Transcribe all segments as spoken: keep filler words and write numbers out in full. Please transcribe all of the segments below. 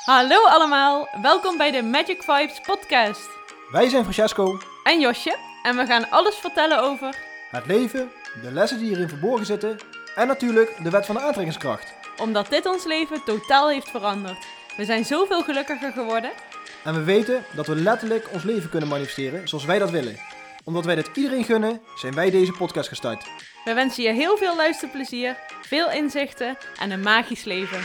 Hallo allemaal, welkom bij de Magic Vibes podcast. Wij zijn Francesco En Josje en we gaan alles vertellen over het leven, de lessen die hierin verborgen zitten en natuurlijk de wet van de aantrekkingskracht. omdat dit ons leven totaal heeft veranderd. We zijn zoveel gelukkiger geworden. En we weten dat we letterlijk ons leven kunnen manifesteren zoals wij dat willen. Omdat wij dat iedereen gunnen, zijn wij deze podcast gestart. We wensen je heel veel luisterplezier, veel inzichten en een magisch leven.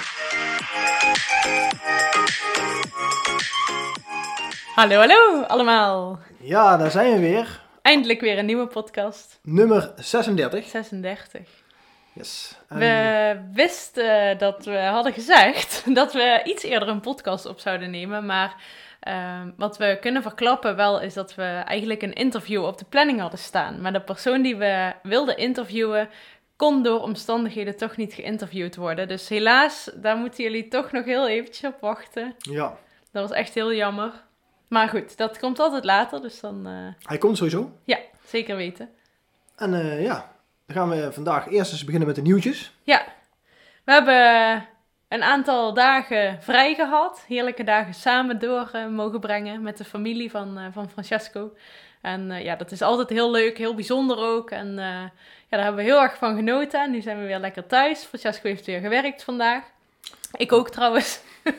Hallo, hallo allemaal. Ja, daar zijn we weer. Eindelijk weer een nieuwe podcast. Nummer zesendertig. zesendertig. Yes. En We wisten dat we hadden gezegd dat we iets eerder een podcast op zouden nemen. Maar uh, wat we kunnen verklappen wel is dat we eigenlijk een interview op de planning hadden staan. Maar de persoon die we wilden interviewen kon door omstandigheden toch niet geïnterviewd worden. Dus helaas, daar moeten jullie toch nog heel eventjes op wachten. Ja, Dat was echt heel jammer. Maar goed, dat komt altijd later, dus dan uh, hij komt sowieso. ja, zeker weten. En uh, ja, dan gaan we vandaag eerst eens beginnen met de nieuwtjes. Ja, we hebben een aantal dagen vrij gehad. Heerlijke dagen samen door uh, mogen brengen met de familie van, uh, van Francesco. En uh, ja, dat is altijd heel leuk, heel bijzonder ook. En uh, ja, daar hebben we heel erg van genoten. En nu zijn we weer lekker thuis. Francesco heeft weer gewerkt vandaag. Ik ook trouwens.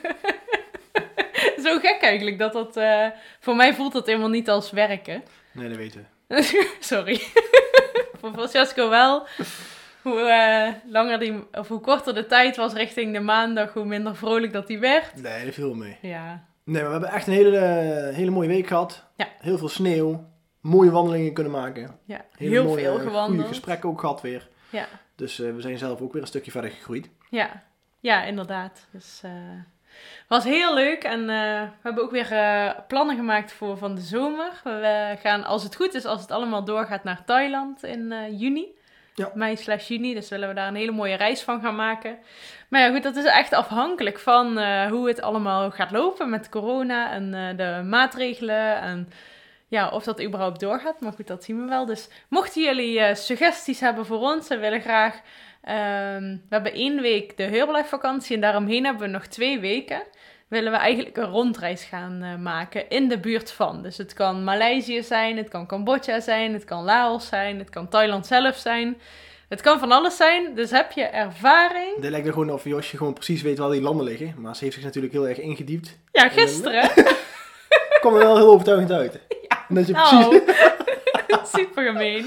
Zo gek eigenlijk, dat dat... Uh, voor mij voelt dat helemaal niet als werken. Nee, dat weten we. Sorry. Voor Francesco wel. Hoe uh, langer die, of hoe korter de tijd was richting de maandag, hoe minder vrolijk dat hij werd. Nee, dat viel wel mee. Ja. Nee, maar we hebben echt een hele, uh, hele mooie week gehad. Ja. Heel veel sneeuw. Mooie wandelingen kunnen maken. Ja, Hele heel mooie, veel uh, gewandeld. Goede gesprekken ook gehad weer. Ja. Dus uh, we zijn zelf ook weer een stukje verder gegroeid. Ja, ja, inderdaad. Dus uh, was heel leuk en uh, we hebben ook weer uh, plannen gemaakt voor van de zomer. We gaan, als het goed is, als het allemaal doorgaat, naar Thailand in uh, juni. Ja. Mei slash juni, dus willen we daar een hele mooie reis van gaan maken. Maar ja, goed, dat is echt afhankelijk van uh, hoe het allemaal gaat lopen met corona en uh, de maatregelen en ja, of dat überhaupt doorgaat. Maar goed, dat zien we wel. Dus mochten jullie uh, suggesties hebben voor ons, we willen graag... Um, we hebben één week de Herbalife vakantie en daaromheen hebben we nog twee weken. Willen we eigenlijk een rondreis gaan uh, maken in de buurt van. Dus het kan Maleisië zijn, het kan Cambodja zijn, het kan Laos zijn, het kan Thailand zelf zijn. Het kan van alles zijn, dus heb je ervaring? Het lijkt er gewoon of Josje gewoon precies weet waar die landen liggen. Maar ze heeft zich natuurlijk heel erg ingediept. Ja, gisteren. Kwam er wel heel overtuigend uit. Ja, dat je nou, precies... super gemeen.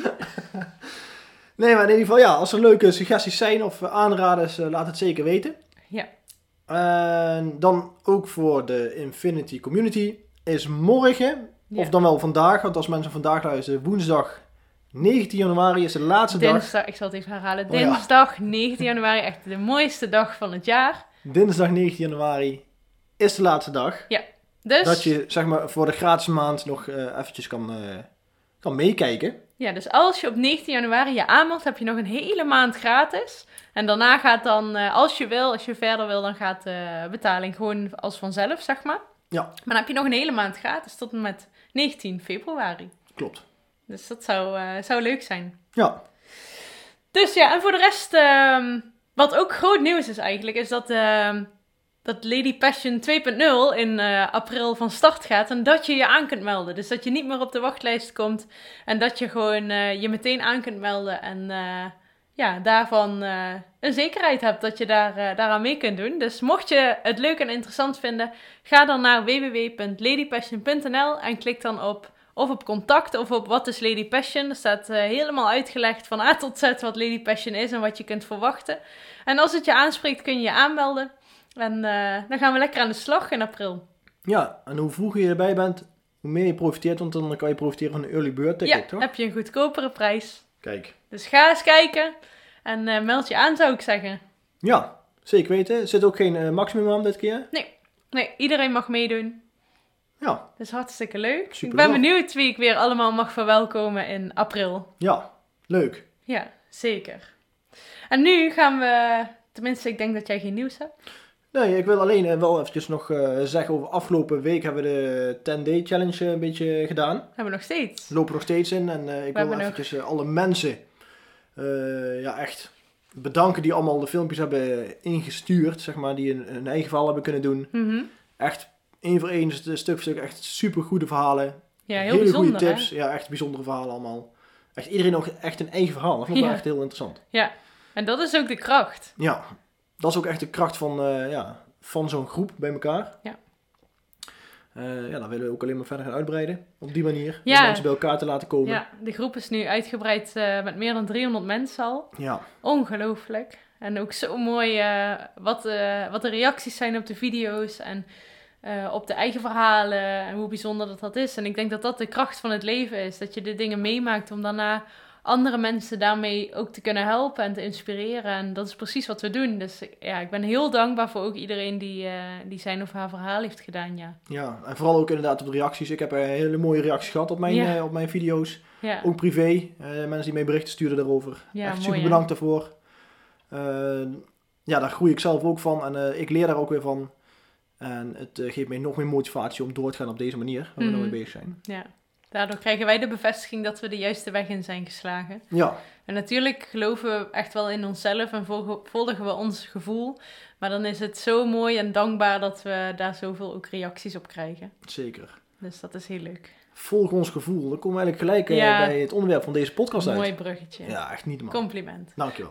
Nee, maar in ieder geval ja, als er leuke suggesties zijn of aanraders, uh, laat het zeker weten. Ja. En dan ook voor de Infinity Community is morgen, Ja. of dan wel vandaag, want als mensen vandaag luisteren, woensdag negentien januari is de laatste Dinsdag, dag. ik zal het even herhalen. Oh ja. Dinsdag negentien januari, echt de mooiste dag van het jaar. Dinsdag negentien januari is de laatste dag. Dus, Dat je zeg maar voor de gratis maand nog uh, eventjes kan, uh, kan meekijken. ja, dus als je op negentien januari je aanmeldt, heb je nog een hele maand gratis. En daarna gaat dan, uh, als je wil, als je verder wil, dan gaat de betaling gewoon als vanzelf, zeg maar. Ja. Maar dan heb je nog een hele maand gratis tot en met negentien februari. Klopt. Dus dat zou, uh, zou leuk zijn. Ja. Dus ja, en voor de rest, uh, wat ook groot nieuws is eigenlijk, is dat, uh, dat Lady Passion twee punt nul in uh, april van start gaat. En dat je je aan kunt melden. Dus dat je niet meer op de wachtlijst komt. En dat je gewoon uh, je meteen aan kunt melden. En uh, ja, daarvan uh, een zekerheid hebt dat je daar, uh, daaraan mee kunt doen. Dus mocht je het leuk en interessant vinden, ga dan naar w w w punt lady passion punt n l en klik dan op of op contact of op wat is Lady Passion. Er staat uh, helemaal uitgelegd van A tot Z wat Lady Passion is en wat je kunt verwachten. En als het je aanspreekt kun je je aanmelden. En uh, dan gaan we lekker aan de slag in april. Ja, en hoe vroeger je erbij bent, hoe meer je profiteert, want dan kan je profiteren van een early bird ticket, Ja, toch? heb je een goedkopere prijs. Kijk. Dus ga eens kijken en uh, meld je aan, zou ik zeggen. Ja, zeker weten. Er zit ook geen uh, maximum aan dit keer. Nee, iedereen mag meedoen. Ja, Dat is hartstikke leuk. Super ik ben tof. benieuwd wie ik weer allemaal mag verwelkomen in april. ja, leuk. Ja, zeker. En nu gaan we... Tenminste, ik denk dat jij geen nieuws hebt. Nee, ik wil alleen uh, wel eventjes nog uh, zeggen, over afgelopen week hebben we de tien day challenge uh, een beetje gedaan. Hebben we nog steeds. We lopen nog steeds in en uh, ik We wil hebben eventjes uh, alle mensen uh, ja, echt bedanken die allemaal de filmpjes hebben ingestuurd, zeg maar, die hun, hun eigen verhaal hebben kunnen doen. Mm-hmm. echt één voor één, stuk voor stuk, echt super goede verhalen. Ja, heel hele bijzonder, goede tips. Hè? Ja, echt bijzondere verhalen allemaal. Echt iedereen ook echt een eigen verhaal. Dat vond ik Ja. wel echt heel interessant. Ja, en dat is ook de kracht. Ja, dat is ook echt de kracht van, uh, ja, van zo'n groep bij elkaar. Ja. Uh, ja, dan willen we ook alleen maar verder gaan uitbreiden. Op die manier. Ja. Om mensen bij elkaar te laten komen. Ja, de groep is nu uitgebreid uh, met meer dan driehonderd mensen al. Ja. Ongelooflijk. En ook zo mooi uh, wat, uh, wat de reacties zijn op de video's en uh, op de eigen verhalen en hoe bijzonder dat dat is. En ik denk dat dat de kracht van het leven is. Dat je de dingen meemaakt om daarna andere mensen daarmee ook te kunnen helpen en te inspireren. En dat is precies wat we doen. Dus ja, ik ben heel dankbaar voor ook iedereen die, uh, die zijn of haar verhaal heeft gedaan, ja. Ja, en vooral ook inderdaad op de reacties. Ik heb een hele mooie reacties gehad op mijn, ja. uh, op mijn video's. Ja. Ook privé. Uh, mensen die mij berichten stuurden daarover. Ja, echt mooi, super hè? bedankt daarvoor. Uh, ja, daar groei ik zelf ook van. En uh, ik leer daar ook weer van. En het uh, geeft mij nog meer motivatie om door te gaan op deze manier. Waar mm-hmm. we nou mee bezig zijn. Ja. Daardoor krijgen wij de bevestiging dat we de juiste weg in zijn geslagen. Ja. En natuurlijk geloven we echt wel in onszelf en volgen we ons gevoel. Maar dan is het zo mooi en dankbaar dat we daar zoveel ook reacties op krijgen. Zeker. Dus dat is heel leuk. Volg ons gevoel. Dan komen we eigenlijk gelijk uh, ja. bij het onderwerp van deze podcast uit. Mooi bruggetje. Ja, echt niet normaal. Compliment. Dankjewel.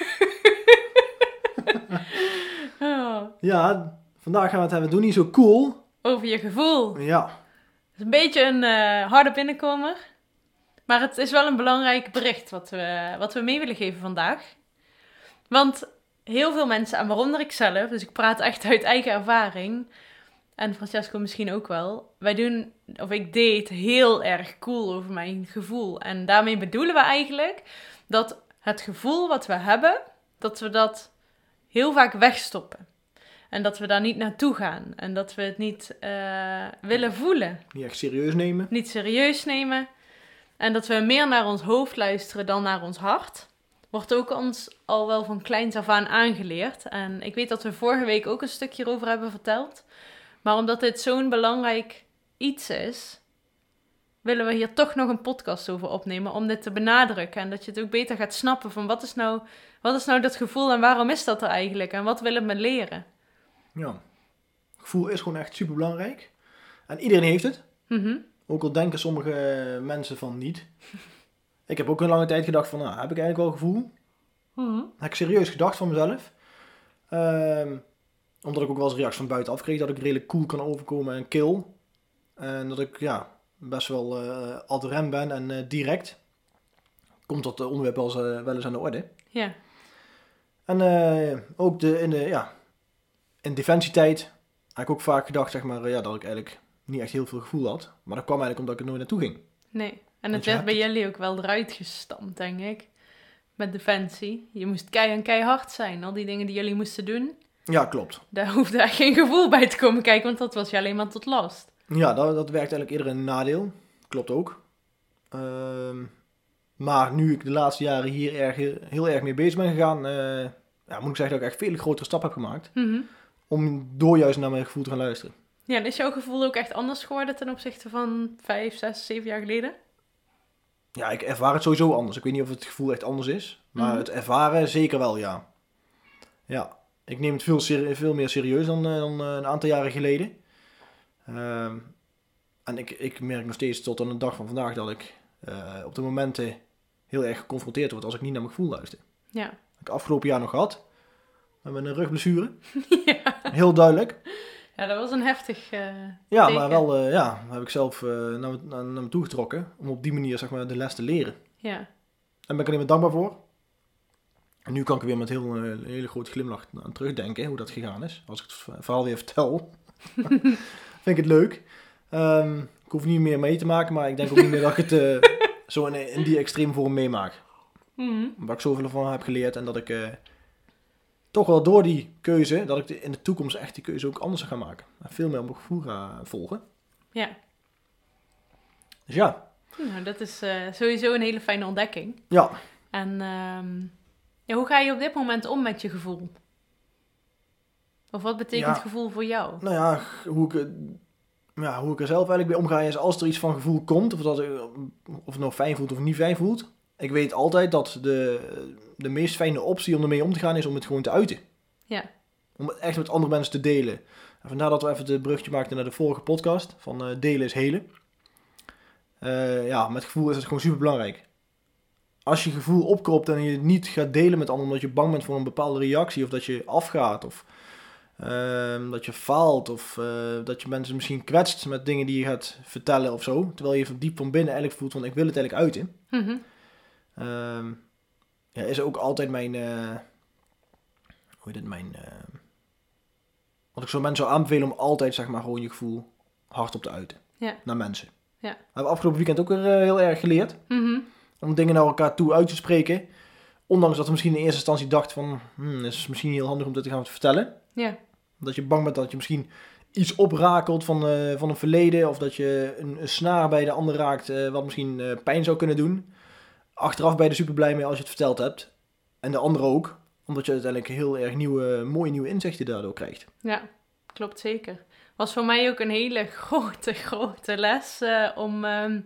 oh. Ja, vandaag gaan we het hebben. Doe niet zo cool. Over je gevoel. Ja. Het is een beetje een uh, harde binnenkomer. Maar het is wel een belangrijk bericht wat we, wat we mee willen geven vandaag. Want heel veel mensen, en waaronder ik zelf, dus ik praat echt uit eigen ervaring. En Francesco misschien ook wel. Wij doen, of ik deed heel erg cool over mijn gevoel. En daarmee bedoelen we eigenlijk dat het gevoel wat we hebben, dat we dat heel vaak wegstoppen. En dat we daar niet naartoe gaan. En dat we het niet uh, willen voelen. Niet echt serieus nemen. Niet serieus nemen. En dat we meer naar ons hoofd luisteren dan naar ons hart. Wordt ook ons al wel van kleins af aan aangeleerd. En ik weet dat we vorige week ook een stukje hierover hebben verteld. Maar omdat dit zo'n belangrijk iets is, willen we hier toch nog een podcast over opnemen om dit te benadrukken. En dat je het ook beter gaat snappen van wat is nou, wat is nou dat gevoel en waarom is dat er eigenlijk? En wat wil het me leren? Ja, gevoel is gewoon echt super belangrijk. En iedereen heeft het. Mm-hmm. Ook al denken sommige mensen van niet. Ik heb ook een lange tijd gedacht van, nou, heb ik eigenlijk wel gevoel? Mm-hmm. Heb ik serieus gedacht van mezelf. Um, omdat ik ook wel eens reacties van buitenaf kreeg dat ik redelijk cool kan overkomen en kill. En dat ik, ja, best wel uh, ad rem ben en uh, direct. Komt dat onderwerp wel eens, uh, wel eens aan de orde. Ja. En uh, ook de, in de, ja, in defensietijd heb ik ook vaak gedacht, zeg maar, ja, dat ik eigenlijk niet echt heel veel gevoel had. Maar dat kwam eigenlijk omdat ik er nooit naartoe ging. Nee, en het werd bij het... jullie ook wel eruit gestampt, denk ik. Met defensie. Je moest kei en keihard zijn. Al die dingen die jullie moesten doen. Ja, klopt. Daar hoefde echt geen gevoel bij te komen kijken, want dat was je alleen maar tot last. Ja, dat, dat werkt eigenlijk eerder een nadeel. Klopt ook. Uh, maar nu ik de laatste jaren hier erg, heel erg mee bezig ben gegaan, uh, ja, moet ik zeggen dat ik echt veel grotere stap heb gemaakt. Mm-hmm. Om door juist naar mijn gevoel te gaan luisteren. Ja, en is jouw gevoel ook echt anders geworden ten opzichte van vijf, zes, zeven jaar geleden? Ja, ik ervaar het sowieso anders. Ik weet niet of het gevoel echt anders is. Maar mm-hmm. het ervaren zeker wel, ja. Ja, ik neem het veel, seri- veel meer serieus dan, uh, dan uh, een aantal jaren geleden. Uh, en ik, ik merk nog steeds tot aan de dag van vandaag dat ik uh, op de momenten heel erg geconfronteerd word als ik niet naar mijn gevoel luister. Ja. Dat heb ik afgelopen jaar nog gehad. Met een rugblessure. Ja. Heel duidelijk. Ja, dat was een heftig uh, Ja, teken. maar wel, uh, ja, heb ik zelf uh, naar, me, naar, naar me toe getrokken. Om op die manier, zeg maar, de les te leren. Ja. En ben ik alleen maar dankbaar voor. En nu kan ik weer met heel, uh, een hele grote glimlach aan terugdenken hoe dat gegaan is. Als ik het verhaal weer vertel. Vind ik het leuk. Um, ik hoef niet meer mee te maken, maar ik denk ook niet meer dat ik het uh, zo in, in die extreme vorm meemaak. Mm-hmm. Waar ik zoveel van heb geleerd en dat ik uh, toch wel door die keuze, dat ik de, in de toekomst echt die keuze ook anders ga maken. En veel meer op mijn gevoel ga volgen. Ja. Dus ja. Nou, dat is uh, sowieso een hele fijne ontdekking. Ja. En um, ja, hoe ga je op dit moment om met je gevoel? Of wat betekent ja. gevoel voor jou? Nou ja, hoe ik, ja, hoe ik er zelf eigenlijk mee omga is als er iets van gevoel komt, of, dat, of het nou fijn voelt of niet fijn voelt. Ik weet altijd dat de, de meest fijne optie om ermee om te gaan is om het gewoon te uiten. Ja. Om het echt met andere mensen te delen. En vandaar dat we even de brugje maakten naar de vorige podcast van uh, delen is helen. Uh, ja, met gevoel is het gewoon super belangrijk. Als je gevoel opkropt en je het niet gaat delen met anderen omdat je bang bent voor een bepaalde reactie of dat je afgaat of uh, dat je faalt of uh, dat je mensen misschien kwetst met dingen die je gaat vertellen of zo. Terwijl je van diep van binnen eigenlijk voelt van ik wil het eigenlijk uiten. Mm-hmm. Uh, ja, is ook altijd mijn, uh, hoe heet het, mijn, uh, wat ik zo mensen zou aanbevelen om altijd zeg maar gewoon je gevoel hardop te uiten. Ja. Naar mensen. Ja. We hebben afgelopen weekend ook weer uh, heel erg geleerd. Mm-hmm. Om dingen naar elkaar toe uit te spreken. Ondanks dat we misschien in eerste instantie dachten van... Hmm, het is misschien heel handig om dit te gaan vertellen. Ja. Dat je bang bent dat je misschien iets oprakelt van, uh, van een verleden. Of dat je een, een snaar bij de ander raakt uh, wat misschien uh, pijn zou kunnen doen. Achteraf ben je er super blij mee als je het verteld hebt. En de ander ook. Omdat je uiteindelijk heel erg nieuwe, mooie nieuwe inzichten daardoor krijgt. Ja, klopt zeker. Was voor mij ook een hele grote, grote les uh, om, um,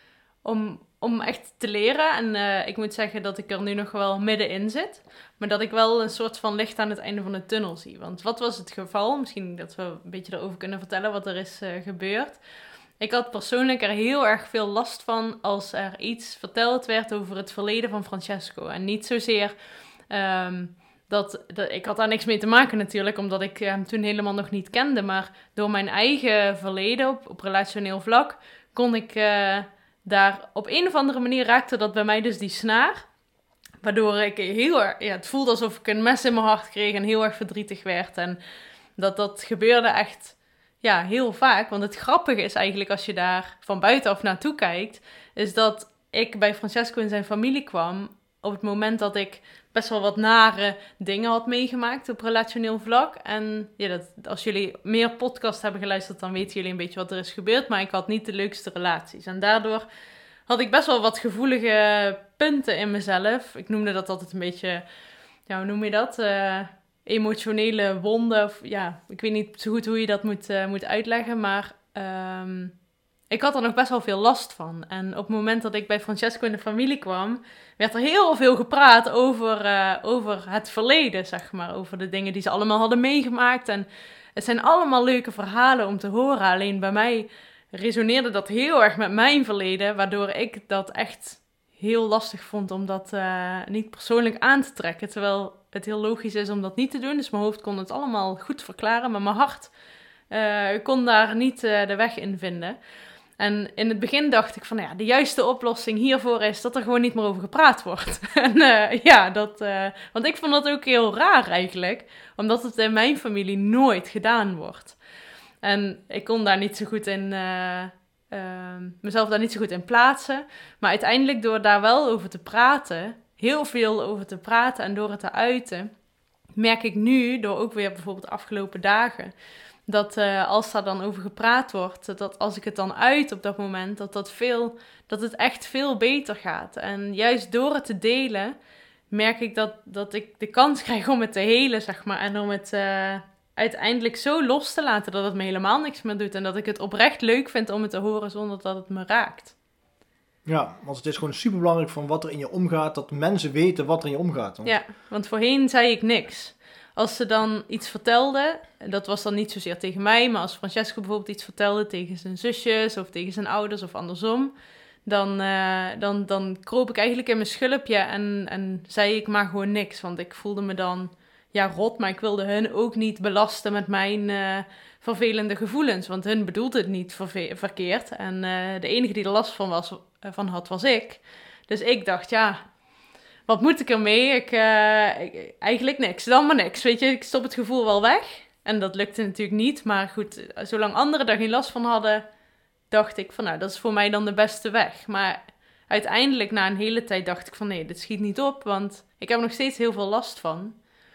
om, om echt te leren. En uh, ik moet zeggen dat ik er nu nog wel middenin zit. Maar dat ik wel een soort van licht aan het einde van de tunnel zie. Want wat was het geval? Misschien dat we een beetje erover kunnen vertellen wat er is uh, gebeurd. Ik had persoonlijk er heel erg veel last van als er iets verteld werd over het verleden van Francesco. En niet zozeer... Um, Dat, dat, ik had daar niks mee te maken natuurlijk, omdat ik hem toen helemaal nog niet kende. Maar door mijn eigen verleden op, op relationeel vlak kon ik uh, daar op een of andere manier raakte dat bij mij dus die snaar. Waardoor ik heel erg, ja, het voelde alsof ik een mes in mijn hart kreeg en heel erg verdrietig werd. En dat dat gebeurde echt ja, heel vaak. Want het grappige is eigenlijk als je daar van buitenaf naartoe kijkt, is dat ik bij Francesco en zijn familie kwam op het moment dat ik best wel wat nare dingen had meegemaakt op relationeel vlak. En ja, dat, als jullie meer podcasts hebben geluisterd, dan weten jullie een beetje wat er is gebeurd. Maar ik had niet de leukste relaties. En daardoor had ik best wel wat gevoelige punten in mezelf. Ik noemde dat altijd een beetje, ja, hoe noem je dat? Uh, emotionele wonden. Of, ja, ik weet niet zo goed hoe je dat moet, uh, moet uitleggen. Maar um, ik had er nog best wel veel last van. En op het moment dat ik bij Francesco in de familie kwam, werd er heel veel gepraat over, uh, over het verleden, zeg maar. Over de dingen die ze allemaal hadden meegemaakt. En het zijn allemaal leuke verhalen om te horen. Alleen bij mij resoneerde dat heel erg met mijn verleden, waardoor ik dat echt heel lastig vond om dat uh, niet persoonlijk aan te trekken. Terwijl het heel logisch is om dat niet te doen. Dus mijn hoofd kon het allemaal goed verklaren, maar mijn hart uh, kon daar niet uh, de weg in vinden. En in het begin dacht ik van, nou ja, de juiste oplossing hiervoor is dat er gewoon niet meer over gepraat wordt. en uh, ja, dat, uh, want ik vond dat ook heel raar eigenlijk, omdat het in mijn familie nooit gedaan wordt. En ik kon daar niet zo goed in, uh, uh, mezelf daar niet zo goed in plaatsen. Maar uiteindelijk door daar wel over te praten, heel veel over te praten en door het te uiten, merk ik nu, door ook weer bijvoorbeeld de afgelopen dagen, dat uh, als daar dan over gepraat wordt, dat als ik het dan uit op dat moment, dat, dat, veel, dat het echt veel beter gaat. En juist door het te delen, merk ik dat, dat ik de kans krijg om het te helen, zeg maar. En om het uh, uiteindelijk zo los te laten dat het me helemaal niks meer doet. En dat ik het oprecht leuk vind om het te horen zonder dat het me raakt. Ja, want het is gewoon superbelangrijk van wat er in je omgaat, dat mensen weten wat er in je omgaat. Want... Ja, want voorheen zei ik niks. Als ze dan iets vertelde, dat was dan niet zozeer tegen mij, maar als Francesco bijvoorbeeld iets vertelde tegen zijn zusjes of tegen zijn ouders of andersom, dan, uh, dan, dan kroop ik eigenlijk in mijn schulpje en, en zei ik maar gewoon niks. Want ik voelde me dan, ja, rot, maar ik wilde hun ook niet belasten met mijn uh, vervelende gevoelens. Want hun bedoelde het niet verve- verkeerd. En uh, de enige die er last van, was, uh, van had, was ik. Dus ik dacht, ja... Wat moet ik ermee? Ik, uh, ik, eigenlijk niks. Dan maar niks. Weet je, ik stop het gevoel wel weg. En dat lukte natuurlijk niet. Maar goed, zolang anderen daar geen last van hadden, dacht ik van nou, dat is voor mij dan de beste weg. Maar uiteindelijk na een hele tijd dacht ik van nee, dit schiet niet op. Want ik heb er nog steeds heel veel last van.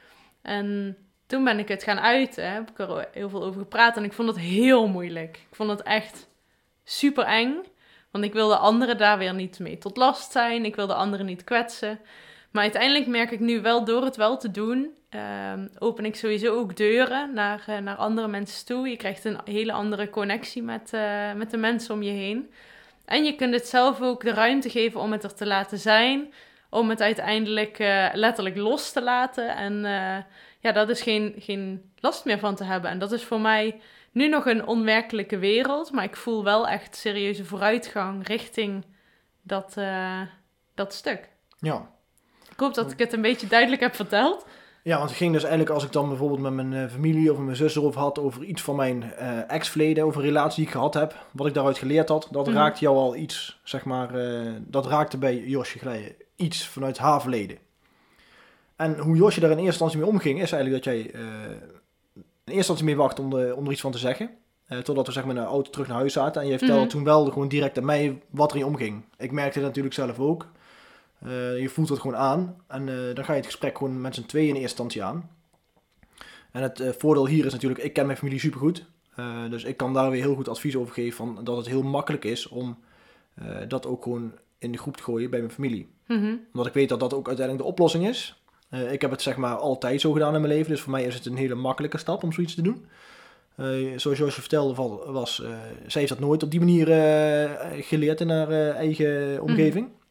En toen ben ik het gaan uiten. Heb ik er heel veel over gepraat. En ik vond het heel moeilijk. Ik vond het echt super eng. Want ik wilde anderen daar weer niet mee tot last zijn. Ik wilde anderen niet kwetsen. Maar uiteindelijk merk ik nu wel, door het wel te doen, uh, open ik sowieso ook deuren naar, uh, naar andere mensen toe. Je krijgt een hele andere connectie met, uh, met de mensen om je heen. En je kunt het zelf ook de ruimte geven om het er te laten zijn. Om het uiteindelijk uh, letterlijk los te laten. En uh, ja, dat is geen, geen last meer van te hebben. En dat is voor mij nu nog een onwerkelijke wereld. Maar ik voel wel echt serieuze vooruitgang richting dat, uh, dat stuk. Ja. Ik hoop dat ik het een beetje duidelijk heb verteld. Ja, want het ging dus eigenlijk, als ik dan bijvoorbeeld met mijn uh, familie of met mijn zus erover had, over iets van mijn uh, ex-verleden, over een relatie die ik gehad heb, wat ik daaruit geleerd had, dat mm-hmm. raakte jou al iets, zeg maar, uh, dat raakte bij Josje gelijk iets vanuit haar verleden. En hoe Josje daar in eerste instantie mee omging, is eigenlijk dat jij uh, in eerste instantie mee wacht om, de, om er iets van te zeggen. Uh, totdat we zeg maar in de auto terug naar huis zaten. En je vertelde mm-hmm. toen wel gewoon direct aan mij wat er in omging. Ik merkte het natuurlijk zelf ook. Uh, je voelt het gewoon aan. En uh, dan ga je het gesprek gewoon met z'n tweeën in eerste instantie aan. En het uh, voordeel hier is natuurlijk, ik ken mijn familie supergoed. Uh, dus ik kan daar weer heel goed advies over geven. Van dat het heel makkelijk is om uh, dat ook gewoon in de groep te gooien bij mijn familie. Mm-hmm. Omdat ik weet dat dat ook uiteindelijk de oplossing is. Uh, ik heb het zeg maar altijd zo gedaan in mijn leven. Dus voor mij is het een hele makkelijke stap om zoiets te doen. Uh, zoals Josje vertelde, was, uh, zij heeft dat nooit op die manier uh, geleerd in haar uh, eigen omgeving. Mm.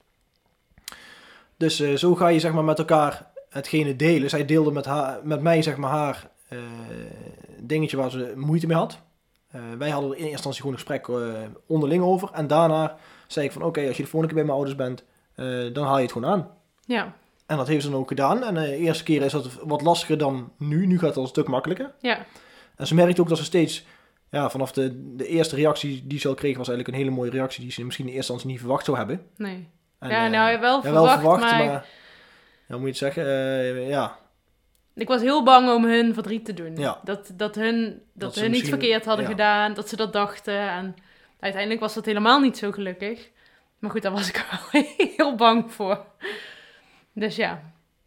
Dus uh, zo ga je zeg maar met elkaar hetgene delen. Zij deelde met, haar, met mij zeg maar haar uh, dingetje waar ze moeite mee had. Uh, wij hadden er in eerste instantie gewoon een gesprek uh, onderling over. En daarna zei ik van oké, okay, als je de volgende keer bij mijn ouders bent, uh, dan haal je het gewoon aan. Ja. En dat heeft ze dan ook gedaan. En uh, de eerste keer is dat wat lastiger dan nu. Nu gaat het al een stuk makkelijker. Ja. En ze merkte ook dat ze steeds, ja, vanaf de, de eerste reactie die ze al kreeg, was eigenlijk een hele mooie reactie die ze misschien in eerste instantie niet verwacht zou hebben. Nee. En, ja, nou, je wel ja, verwacht, wel verwacht maar... maar ja, hoe moet je het zeggen? Uh, ja. Ik was heel bang om hun verdriet te doen. Ja. Dat, dat hun, dat dat hun iets verkeerd hadden ja. gedaan, dat ze dat dachten. En uiteindelijk was dat helemaal niet zo gelukkig. Maar goed, daar was ik wel heel bang voor. Dus ja.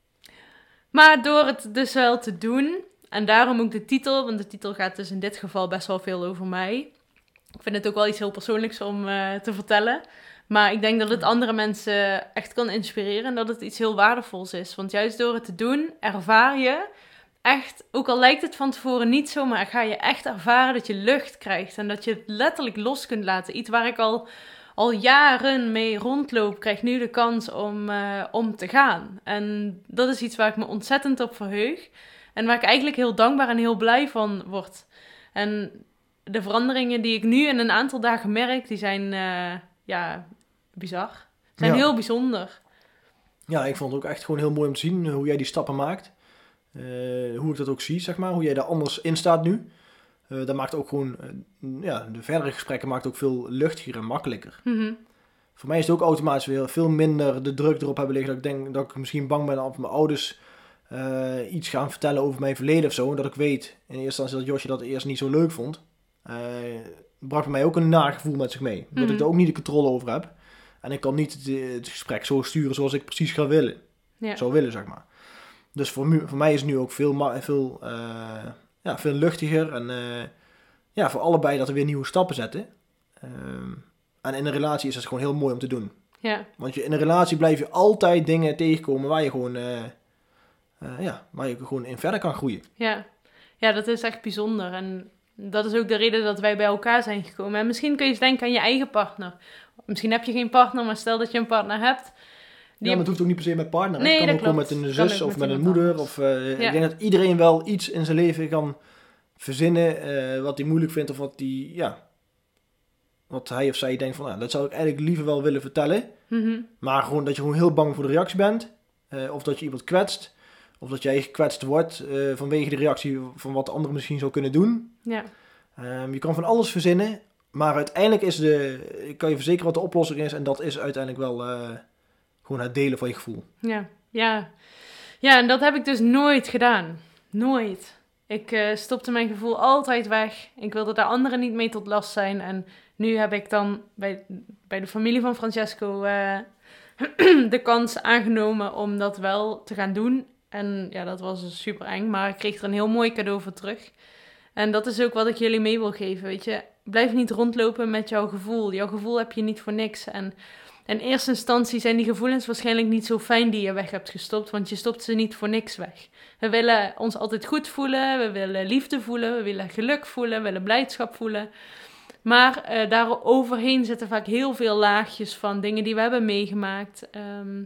Maar door het dus wel te doen... En daarom ook de titel, want de titel gaat dus in dit geval best wel veel over mij. Ik vind het ook wel iets heel persoonlijks om uh, te vertellen. Maar ik denk dat het andere mensen echt kan inspireren en dat het iets heel waardevols is. Want juist door het te doen, ervaar je echt, ook al lijkt het van tevoren niet zo, maar ga je echt ervaren dat je lucht krijgt. En dat je het letterlijk los kunt laten. Iets waar ik al, al jaren mee rondloop, krijg nu de kans om, uh, om te gaan. En dat is iets waar ik me ontzettend op verheug. En waar ik eigenlijk heel dankbaar en heel blij van word. En de veranderingen die ik nu in een aantal dagen merk, die zijn uh, ja, bizar. Zijn ja. heel bijzonder. Ja, ik vond het ook echt gewoon heel mooi om te zien hoe jij die stappen maakt. Uh, hoe ik dat ook zie, zeg maar. Hoe jij daar anders in staat nu. Uh, dat maakt ook gewoon, uh, ja, de verdere gesprekken maakt ook veel luchtiger en makkelijker. Mm-hmm. Voor mij is het ook automatisch weer veel minder de druk erop hebben liggen. Dat ik denk dat ik misschien bang ben op mijn ouders... Uh, iets gaan vertellen over mijn verleden of zo. En dat ik weet in eerste instantie dat Josje dat eerst niet zo leuk vond. Uh, bracht bij mij ook een nagevoel met zich mee. Mm-hmm. Dat ik er ook niet de controle over heb. En ik kan niet het, het gesprek zo sturen zoals ik precies ga willen. Ja. Zou willen, zeg maar. Dus voor, mu- voor mij is het nu ook veel, ma- veel, uh, ja, veel luchtiger. En uh, ja, voor allebei dat we weer nieuwe stappen zetten. Uh, en in een relatie is het gewoon heel mooi om te doen. Ja. Want je, in een relatie blijf je altijd dingen tegenkomen waar je gewoon... Uh, Uh, ja, waar je gewoon in verder kan groeien. Ja. ja, dat is echt bijzonder. En dat is ook de reden dat wij bij elkaar zijn gekomen. En misschien kun je eens denken aan je eigen partner. Misschien heb je geen partner, maar stel dat je een partner hebt. Die... Ja, maar het hoeft ook niet per se met partner. Nee, het kan ook klopt. gewoon met een zus of met, met een moeder. Of, uh, ja. Ik denk dat iedereen wel iets in zijn leven kan verzinnen uh, wat hij moeilijk vindt. Of wat, die, ja, wat hij of zij denkt van, nou, dat zou ik eigenlijk liever wel willen vertellen. Mm-hmm. Maar gewoon dat je gewoon heel bang voor de reactie bent. Uh, of dat je iemand kwetst. Of dat jij gekwetst wordt uh, vanwege de reactie van wat de ander misschien zou kunnen doen. Ja. Um, je kan van alles verzinnen. Maar uiteindelijk is de, ik kan je verzekeren wat de oplossing is. En dat is uiteindelijk wel uh, gewoon het delen van je gevoel. Ja, ja. Ja, en dat heb ik dus nooit gedaan. Nooit. Ik uh, stopte mijn gevoel altijd weg. Ik wilde daar anderen niet mee tot last zijn. En nu heb ik dan bij, bij de familie van Francesco uh, de kans aangenomen om dat wel te gaan doen. En ja, dat was dus super eng, maar ik kreeg er een heel mooi cadeau voor terug. En dat is ook wat ik jullie mee wil geven, weet je. Blijf niet rondlopen met jouw gevoel. Jouw gevoel heb je niet voor niks. En in eerste instantie zijn die gevoelens waarschijnlijk niet zo fijn die je weg hebt gestopt, want je stopt ze niet voor niks weg. We willen ons altijd goed voelen, we willen liefde voelen, we willen geluk voelen, we willen blijdschap voelen. Maar uh, daar overheen zitten vaak heel veel laagjes van dingen die we hebben meegemaakt. Um,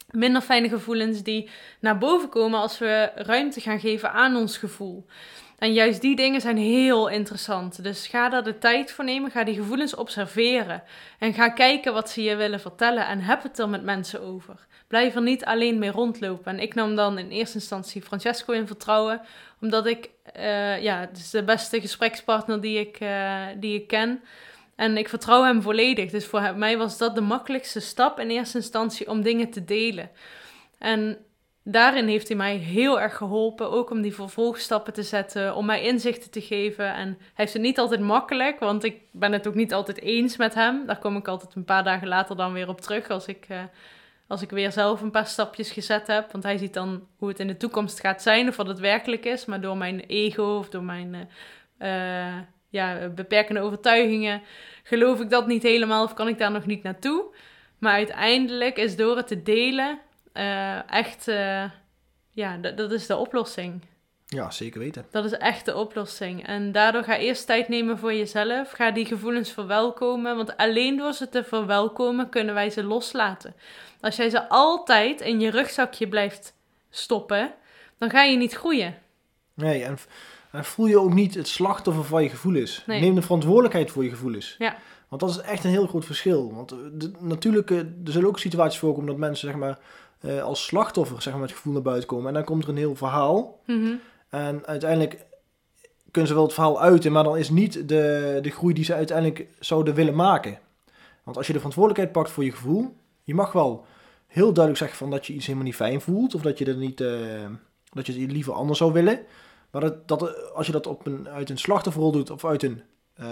minder fijne gevoelens die naar boven komen als we ruimte gaan geven aan ons gevoel. En juist die dingen zijn heel interessant. Dus ga daar de tijd voor nemen. Ga die gevoelens observeren. En ga kijken wat ze je willen vertellen. En heb het er met mensen over. Blijf er niet alleen mee rondlopen. En ik nam dan in eerste instantie Francesco in vertrouwen. Omdat ik, uh, ja, het is de beste gesprekspartner die ik, uh, die ik ken. En ik vertrouw hem volledig. Dus voor mij was dat de makkelijkste stap in eerste instantie om dingen te delen. En daarin heeft hij mij heel erg geholpen, ook om die vervolgstappen te zetten, om mij inzichten te geven. En hij heeft het niet altijd makkelijk, want ik ben het ook niet altijd eens met hem. Daar kom ik altijd een paar dagen later dan weer op terug, als ik, uh, als ik weer zelf een paar stapjes gezet heb. Want hij ziet dan hoe het in de toekomst gaat zijn, of wat het werkelijk is. Maar door mijn ego of door mijn uh, uh, ja, beperkende overtuigingen geloof ik dat niet helemaal, of kan ik daar nog niet naartoe. Maar uiteindelijk is door het te delen Uh, echt, uh, ja, d- dat is de oplossing. Ja, zeker weten. Dat is echt de oplossing. En daardoor ga eerst tijd nemen voor jezelf. Ga die gevoelens verwelkomen. Want alleen door ze te verwelkomen kunnen wij ze loslaten. Als jij ze altijd in je rugzakje blijft stoppen, dan ga je niet groeien. Nee, en, en voel je ook niet het slachtoffer van je gevoelens. Nee. Neem de verantwoordelijkheid voor je gevoelens. Ja. Want dat is echt een heel groot verschil. Want de, natuurlijk, er zullen ook situaties voorkomen dat mensen, zeg maar, Uh, als slachtoffer, zeg maar, met het gevoel naar buiten komen. En dan komt er een heel verhaal. Mm-hmm. En uiteindelijk kunnen ze wel het verhaal uiten, maar dan is niet de, de groei die ze uiteindelijk zouden willen maken. Want als je de verantwoordelijkheid pakt voor je gevoel, je mag wel heel duidelijk zeggen van dat je iets helemaal niet fijn voelt, of dat je er niet, uh, dat je het liever anders zou willen. Maar dat, dat, als je dat op een, uit een slachtofferrol doet, of uit een Uh,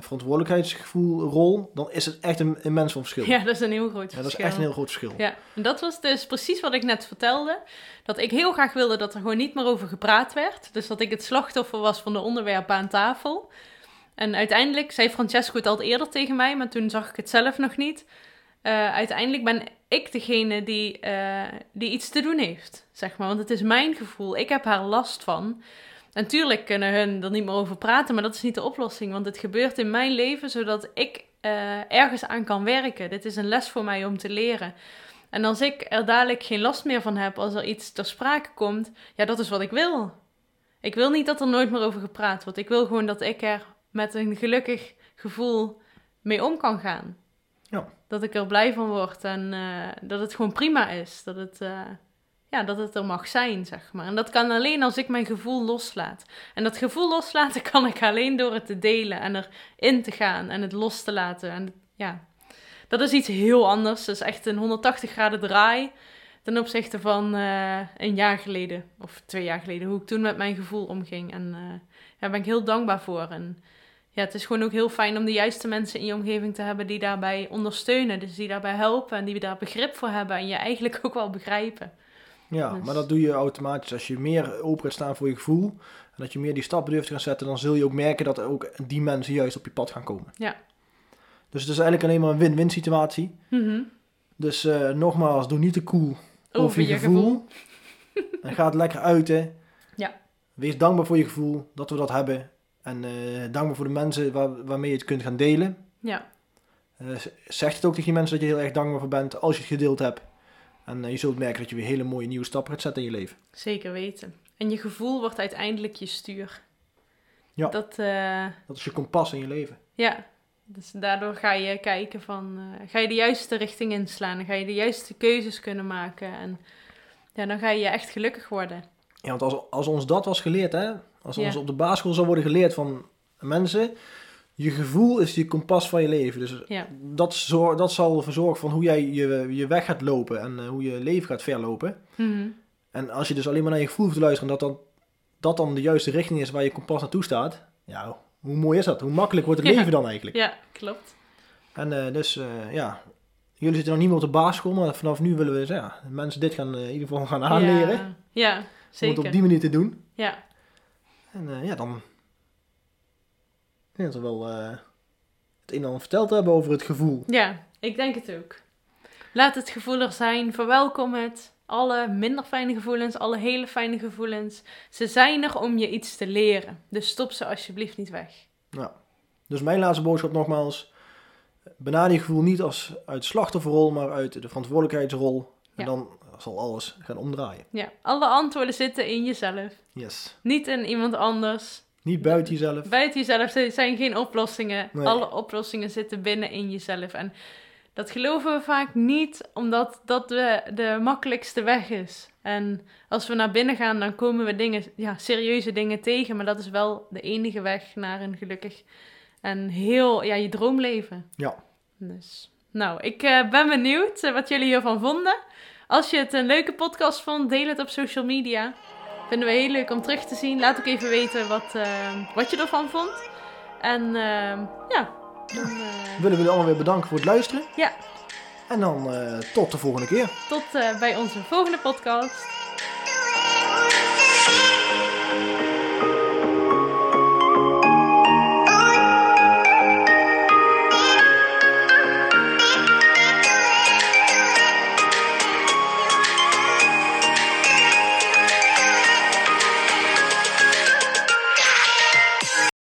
verantwoordelijkheidsgevoelrol, dan is het echt een immens van verschil. Ja, dat is een heel groot verschil. Ja, dat is echt een heel groot verschil. Ja, en dat was dus precies wat ik net vertelde. Dat ik heel graag wilde dat er gewoon niet meer over gepraat werd. Dus dat ik het slachtoffer was van de onderwerpen aan tafel. En uiteindelijk zei Francesco het al eerder tegen mij, maar toen zag ik het zelf nog niet. Uh, uiteindelijk ben ik degene die, uh, die iets te doen heeft, zeg maar. Want het is mijn gevoel. Ik heb haar last van. Natuurlijk kunnen hun er niet meer over praten, maar dat is niet de oplossing. Want het gebeurt in mijn leven zodat ik uh, ergens aan kan werken. Dit is een les voor mij om te leren. En als ik er dadelijk geen last meer van heb, als er iets ter sprake komt, ja, dat is wat ik wil. Ik wil niet dat er nooit meer over gepraat wordt. Ik wil gewoon dat ik er met een gelukkig gevoel mee om kan gaan. Ja. Dat ik er blij van word en uh, dat het gewoon prima is. Dat het... Uh, Ja, dat het er mag zijn, zeg maar. En dat kan alleen als ik mijn gevoel loslaat. En dat gevoel loslaten kan ik alleen door het te delen en erin te gaan en het los te laten. En ja, dat is iets heel anders. Dat is echt een honderdtachtig graden draai ten opzichte van uh, een jaar geleden of twee jaar geleden. Hoe ik toen met mijn gevoel omging. En uh, ja, daar ben ik heel dankbaar voor. En ja, het is gewoon ook heel fijn om de juiste mensen in je omgeving te hebben die daarbij ondersteunen. Dus die daarbij helpen en die daar begrip voor hebben en je eigenlijk ook wel begrijpen. Ja, dus. Maar dat doe je automatisch. Als je meer open gaat staan voor je gevoel en dat je meer die stappen durft te gaan zetten, dan zul je ook merken dat er ook die mensen juist op je pad gaan komen. Ja. Dus het is eigenlijk alleen maar een win-win situatie. Mm-hmm. Dus uh, nogmaals, doe niet te cool over, over je, je gevoel. gevoel. En ga het lekker uiten. Ja. Wees dankbaar voor je gevoel, dat we dat hebben. En uh, dankbaar voor de mensen waar, waarmee je het kunt gaan delen. Ja. Uh, zeg het ook tegen die mensen dat je heel erg dankbaar voor bent als je het gedeeld hebt. En uh, je zult merken dat je weer hele mooie nieuwe stappen gaat zetten in je leven. Zeker weten. En je gevoel wordt uiteindelijk je stuur. Ja, dat, uh, dat is je kompas in je leven. Ja, dus daardoor ga je kijken van, uh, ga je de juiste richting inslaan. Dan ga je de juiste keuzes kunnen maken. En ja, dan ga je echt gelukkig worden. Ja, want als, als ons dat was geleerd, hè. Als ja. ons op de basisschool zou worden geleerd van mensen, je gevoel is je kompas van je leven. Dus ja. dat, zor, dat zal ervoor zorgen van hoe jij je, je weg gaat lopen en uh, hoe je leven gaat verlopen. Mm-hmm. En als je dus alleen maar naar je gevoel hoeft te luisteren en dat dan, dat dan de juiste richting is waar je kompas naartoe staat, ja, hoe mooi is dat? Hoe makkelijk wordt het ja. leven dan eigenlijk? Ja, klopt. En uh, dus, uh, ja, jullie zitten nog niet meer op de basisschool, maar vanaf nu willen we ja, mensen dit gaan, uh, in ieder geval gaan aanleren. Ja, ja zeker. Om het op die manier te doen. Ja. En uh, ja, dan... Ik denk dat we wel uh, het een en ander verteld hebben over het gevoel. Ja, ik denk het ook. Laat het gevoel er zijn. Verwelkom het. Alle minder fijne gevoelens, alle hele fijne gevoelens. Ze zijn er om je iets te leren. Dus stop ze alsjeblieft niet weg. Ja. Dus mijn laatste boodschap nogmaals. Benader je gevoel niet als uit slachtofferrol, maar uit de verantwoordelijkheidsrol. En ja. dan zal alles gaan omdraaien. Ja, alle antwoorden zitten in jezelf. Yes. Niet in iemand anders. Niet buiten jezelf. Buiten jezelf zijn geen oplossingen. Nee. Alle oplossingen zitten binnen in jezelf. En dat geloven we vaak niet, omdat dat de, de makkelijkste weg is. En als we naar binnen gaan, dan komen we dingen, ja, serieuze dingen tegen. Maar dat is wel de enige weg naar een gelukkig en heel, ja, je droomleven. Ja. Dus, nou, ik uh, ben benieuwd uh, wat jullie hiervan vonden. Als je het een leuke podcast vond, deel het op social media. Vinden we heel leuk om terug te zien. Laat ook even weten wat, uh, wat je ervan vond. En uh, ja... Dan, uh... willen we jullie allemaal weer bedanken voor het luisteren. Ja. En dan uh, tot de volgende keer. Tot uh, bij onze volgende podcast.